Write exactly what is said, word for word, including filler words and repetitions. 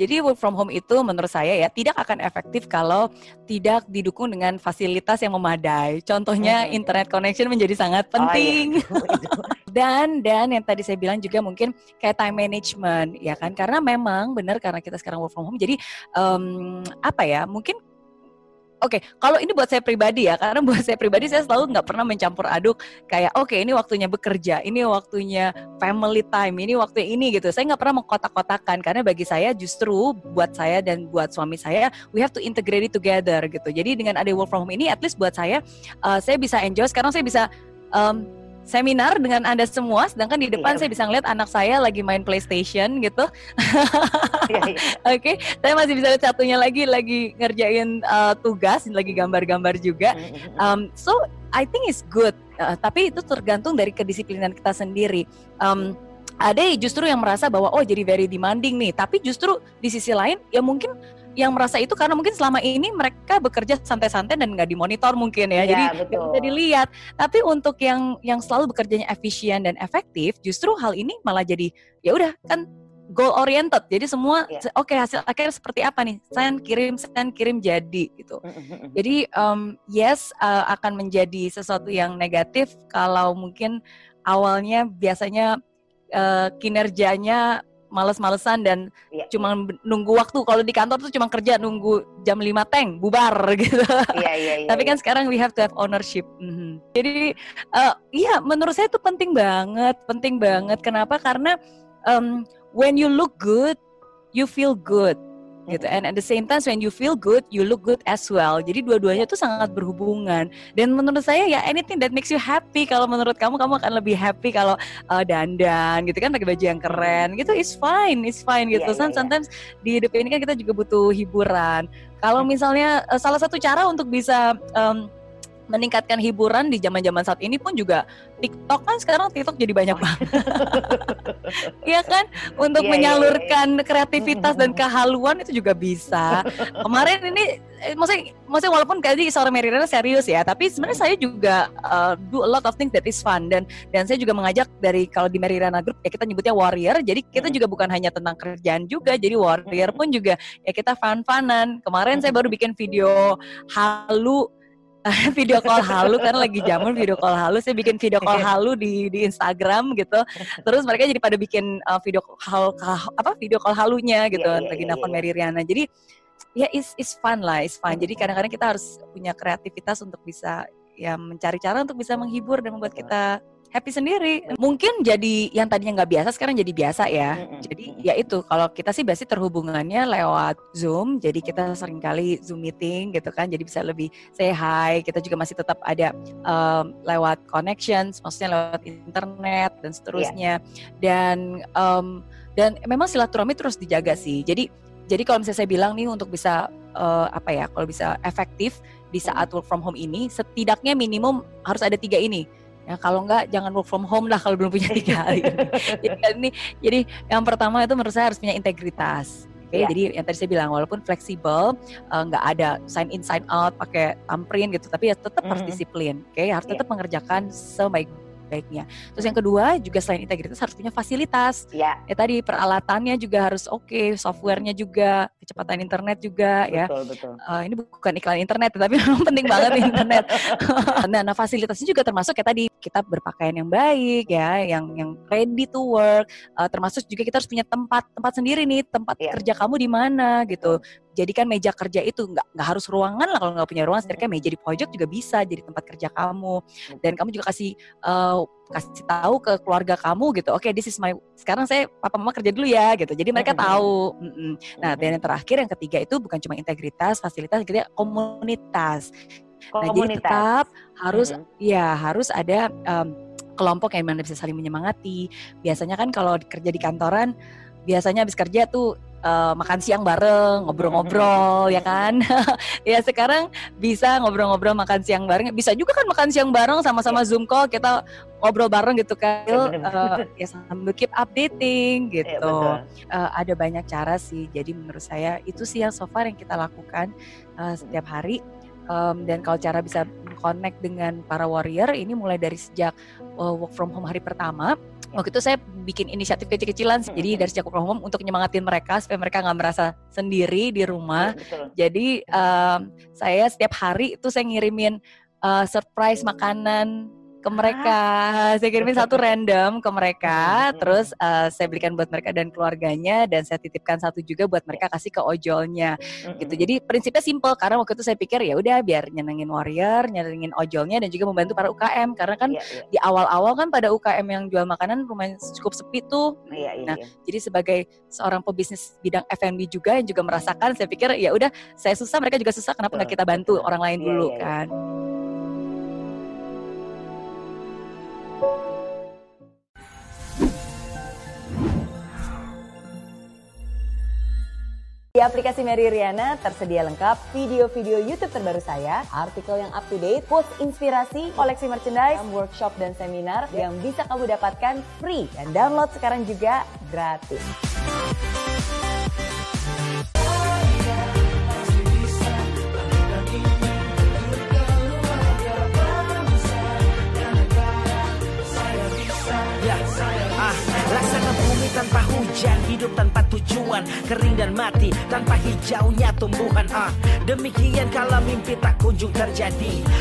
jadi work from home itu menurut saya ya tidak akan efektif kalau tidak didukung dengan fasilitas yang memadai. Contohnya Mm-hmm. internet connection menjadi sangat penting. Oh, iya. dan dan yang tadi saya bilang juga mungkin kayak time management ya kan, karena memang benar karena kita sekarang work from home jadi um, apa ya mungkin Oke, okay, kalau ini buat saya pribadi ya, karena buat saya pribadi saya selalu nggak pernah mencampur aduk kayak oke okay, ini waktunya bekerja, ini waktunya family time, ini waktu ini gitu. Saya nggak pernah mengkotak-kotakan karena bagi saya justru buat saya dan buat suami saya we have to integrate it together gitu. Jadi dengan ada work from home ini, at least buat saya uh, saya bisa enjoy. Sekarang saya bisa um, seminar dengan Anda semua, sedangkan di depan yeah. saya bisa ngeliat anak saya lagi main PlayStation gitu. yeah, yeah. Oke, okay. Saya masih bisa lihat satunya lagi lagi ngerjain uh, tugas, lagi gambar-gambar juga. Um, so I think it's good, uh, tapi itu tergantung dari kedisiplinan kita sendiri. Um, ada justru yang merasa bahwa oh jadi very demanding nih, tapi justru di sisi lain ya mungkin yang merasa itu karena mungkin selama ini mereka bekerja santai-santai dan nggak dimonitor mungkin ya, ya jadi nggak bisa dilihat. Tapi untuk yang yang selalu bekerjanya efisien dan efektif, justru hal ini malah jadi ya udah kan goal oriented. Jadi semua ya. Oke okay, hasil akhirnya seperti apa nih? Send kirim send kirim jadi gitu. Jadi um, yes uh, akan menjadi sesuatu yang negatif kalau mungkin awalnya biasanya uh, kinerjanya males-malesan dan ya, cuma ya. nunggu waktu. Kalau di kantor tuh cuma kerja nunggu jam lima teng bubar gitu. Iya, iya, iya, Tapi kan ya. sekarang we have to have ownership. Mm-hmm. Jadi uh, iya menurut saya itu penting banget, penting banget. Kenapa? Karena um, when you look good, you feel good. Gitu. And at the same time when you feel good, you look good as well. Jadi dua-duanya tuh sangat berhubungan. Dan menurut saya ya anything that makes you happy. Kalau menurut kamu, kamu akan lebih happy kalau uh, dandan gitu kan, pakai baju yang keren gitu, is fine, is fine gitu. Yeah, yeah, Sometimes yeah. di hidup ini kan kita juga butuh hiburan. Kalau misalnya uh, salah satu cara untuk bisa um, meningkatkan hiburan di zaman-zaman saat ini pun juga TikTok kan sekarang TikTok jadi banyak banget. Iya kan? Untuk yeah, menyalurkan yeah, yeah. kreativitas dan kehaluan itu juga bisa. Kemarin ini maksudnya, maksudnya walaupun tadi seorang Merirana serius ya, tapi sebenarnya saya juga uh, do a lot of things that is fun dan dan saya juga mengajak dari kalau di Merirana Group ya kita nyebutnya warrior. Jadi kita juga bukan hanya tentang kerjaan juga. Jadi warrior pun juga ya kita fun-funan. Kemarin saya baru bikin video halu video call halu karena lagi zaman video call halu, saya bikin video call halu di di Instagram gitu. Terus mereka jadi pada bikin uh, video call apa video call halunya gitu yeah, yeah, lagi nelfon yeah, yeah. Merirana. Jadi ya is is fun lah, is fun. Jadi kadang-kadang kita harus punya kreativitas untuk bisa ya mencari cara untuk bisa menghibur dan membuat kita happy sendiri. Mungkin jadi yang tadinya nggak biasa sekarang jadi biasa ya. Mm-hmm. Jadi ya itu kalau kita sih biasanya terhubungannya lewat Zoom. Jadi kita sering kali Zoom meeting gitu kan. Jadi bisa lebih say hi. Kita juga masih tetap ada um, lewat connections, maksudnya lewat internet dan seterusnya. Yeah. Dan um, dan memang silaturahmi terus dijaga sih. Jadi jadi kalau misalnya saya bilang nih untuk bisa uh, apa ya, kalau bisa efektif di saat work from home ini, setidaknya minimum harus ada tiga ini. Ya, kalau enggak jangan work from home lah kalau belum punya tiga hal ini. jadi, ini, jadi yang pertama itu menurut saya harus punya integritas. Okay? Yeah. Jadi yang tadi saya bilang walaupun fleksibel, uh, nggak ada sign in sign out pakai thumbprint gitu, tapi ya tetap mm-hmm. harus disiplin. Oke, okay? Harus tetap yeah. mengerjakan sebaik baiknya. Terus yang kedua juga selain integritas harus punya fasilitas. Ya. Ya tadi peralatannya juga harus oke, okay, softwarenya juga, kecepatan internet juga betul, ya. Betul. Uh, ini bukan iklan internet, tapi memang penting banget internet. nah, nah fasilitasnya juga termasuk kayak tadi kita berpakaian yang baik ya, yang yang ready to work. Uh, termasuk juga kita harus punya tempat tempat sendiri nih, tempat ya. Kerja kamu di mana gitu. Jadikan meja kerja itu nggak nggak harus ruangan lah, kalau nggak punya ruangan, setidaknya meja di pojok juga bisa jadi tempat kerja kamu. Dan kamu juga kasih uh, kasih tahu ke keluarga kamu gitu. Oke, okay, this is my sekarang saya papa mama kerja dulu ya gitu. Jadi mereka tahu. Mm-mm. Nah, dan yang terakhir yang ketiga itu bukan cuma integritas, fasilitas, yang ketiga komunitas. Komunitas. Nah, jadi tetap harus mm-hmm. ya harus ada um, kelompok yang mana bisa saling menyemangati. Biasanya kan kalau kerja di kantoran biasanya habis kerja tuh Uh, makan siang bareng, ngobrol-ngobrol ya kan. Ya sekarang bisa ngobrol-ngobrol makan siang bareng. Bisa juga kan makan siang bareng sama-sama ya. Zoom call, kita ngobrol bareng gitu kan. Ya, uh, ya sambil keep updating gitu. Ya, uh, ada banyak cara sih. Jadi menurut saya itu sih yang so far yang kita lakukan uh, setiap hari. Um, dan kalau cara bisa connect dengan para warrior ini mulai dari sejak uh, work from home hari pertama. Waktu itu saya bikin inisiatif kecil-kecilan, mm-hmm. jadi dari sejak work from home untuk nyemangatin mereka supaya mereka nggak merasa sendiri di rumah. Yeah, jadi um, saya setiap hari itu saya ngirimin uh, surprise makanan ke mereka, ah. saya kirimin satu random ke mereka, hmm. terus uh, saya belikan buat mereka dan keluarganya, dan saya titipkan satu juga buat mereka kasih ke ojolnya, hmm. gitu. Jadi prinsipnya simple, karena waktu itu saya pikir ya udah biar nyenengin warrior, nyenengin ojolnya, dan juga membantu para U K M, karena kan yeah, yeah. di awal-awal kan pada U K M yang jual makanan lumayan cukup sepi tuh. Yeah, yeah, nah, yeah. jadi sebagai seorang pebisnis bidang F and B juga yang juga merasakan, saya pikir ya udah saya susah, mereka juga susah, kenapa nggak kita bantu orang lain dulu yeah, yeah, yeah. kan? Di aplikasi Mary Riana tersedia lengkap video-video YouTube terbaru saya, artikel yang up to date, post inspirasi, koleksi merchandise, workshop dan seminar yang bisa kamu dapatkan free dan download sekarang juga gratis. Laksana bumi tanpa hujan, hidup tanpa tujuan, kering dan mati tanpa hijaunya tumbuhan. Ah, demikian kala mimpi tak kunjung terjadi.